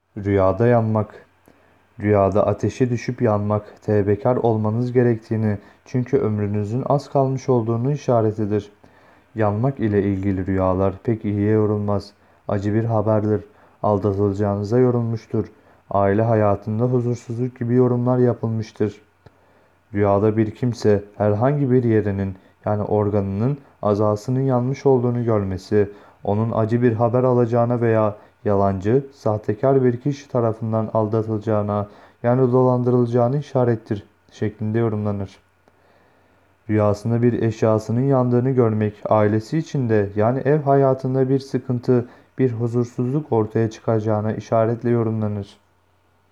Rüyada yanmak. Rüyada ateşe düşüp yanmak, tevbekar olmanız gerektiğini, çünkü ömrünüzün az kalmış olduğunu işaretidir. Yanmak ile ilgili rüyalar pek iyiye yorulmaz. Acı bir haberdir. Aldatılacağınıza yorulmuştur. Aile hayatında huzursuzluk gibi yorumlar yapılmıştır. Rüyada bir kimse herhangi bir yerinin, yani organının azasının yanmış olduğunu görmesi, onun acı bir haber alacağına veya yalancı, sahtekar bir kişi tarafından aldatılacağına, yani dolandırılacağını işarettir şeklinde yorumlanır. Rüyasında bir eşyasının yandığını görmek, ailesi içinde, yani ev hayatında bir sıkıntı, bir huzursuzluk ortaya çıkacağına işaretle yorumlanır.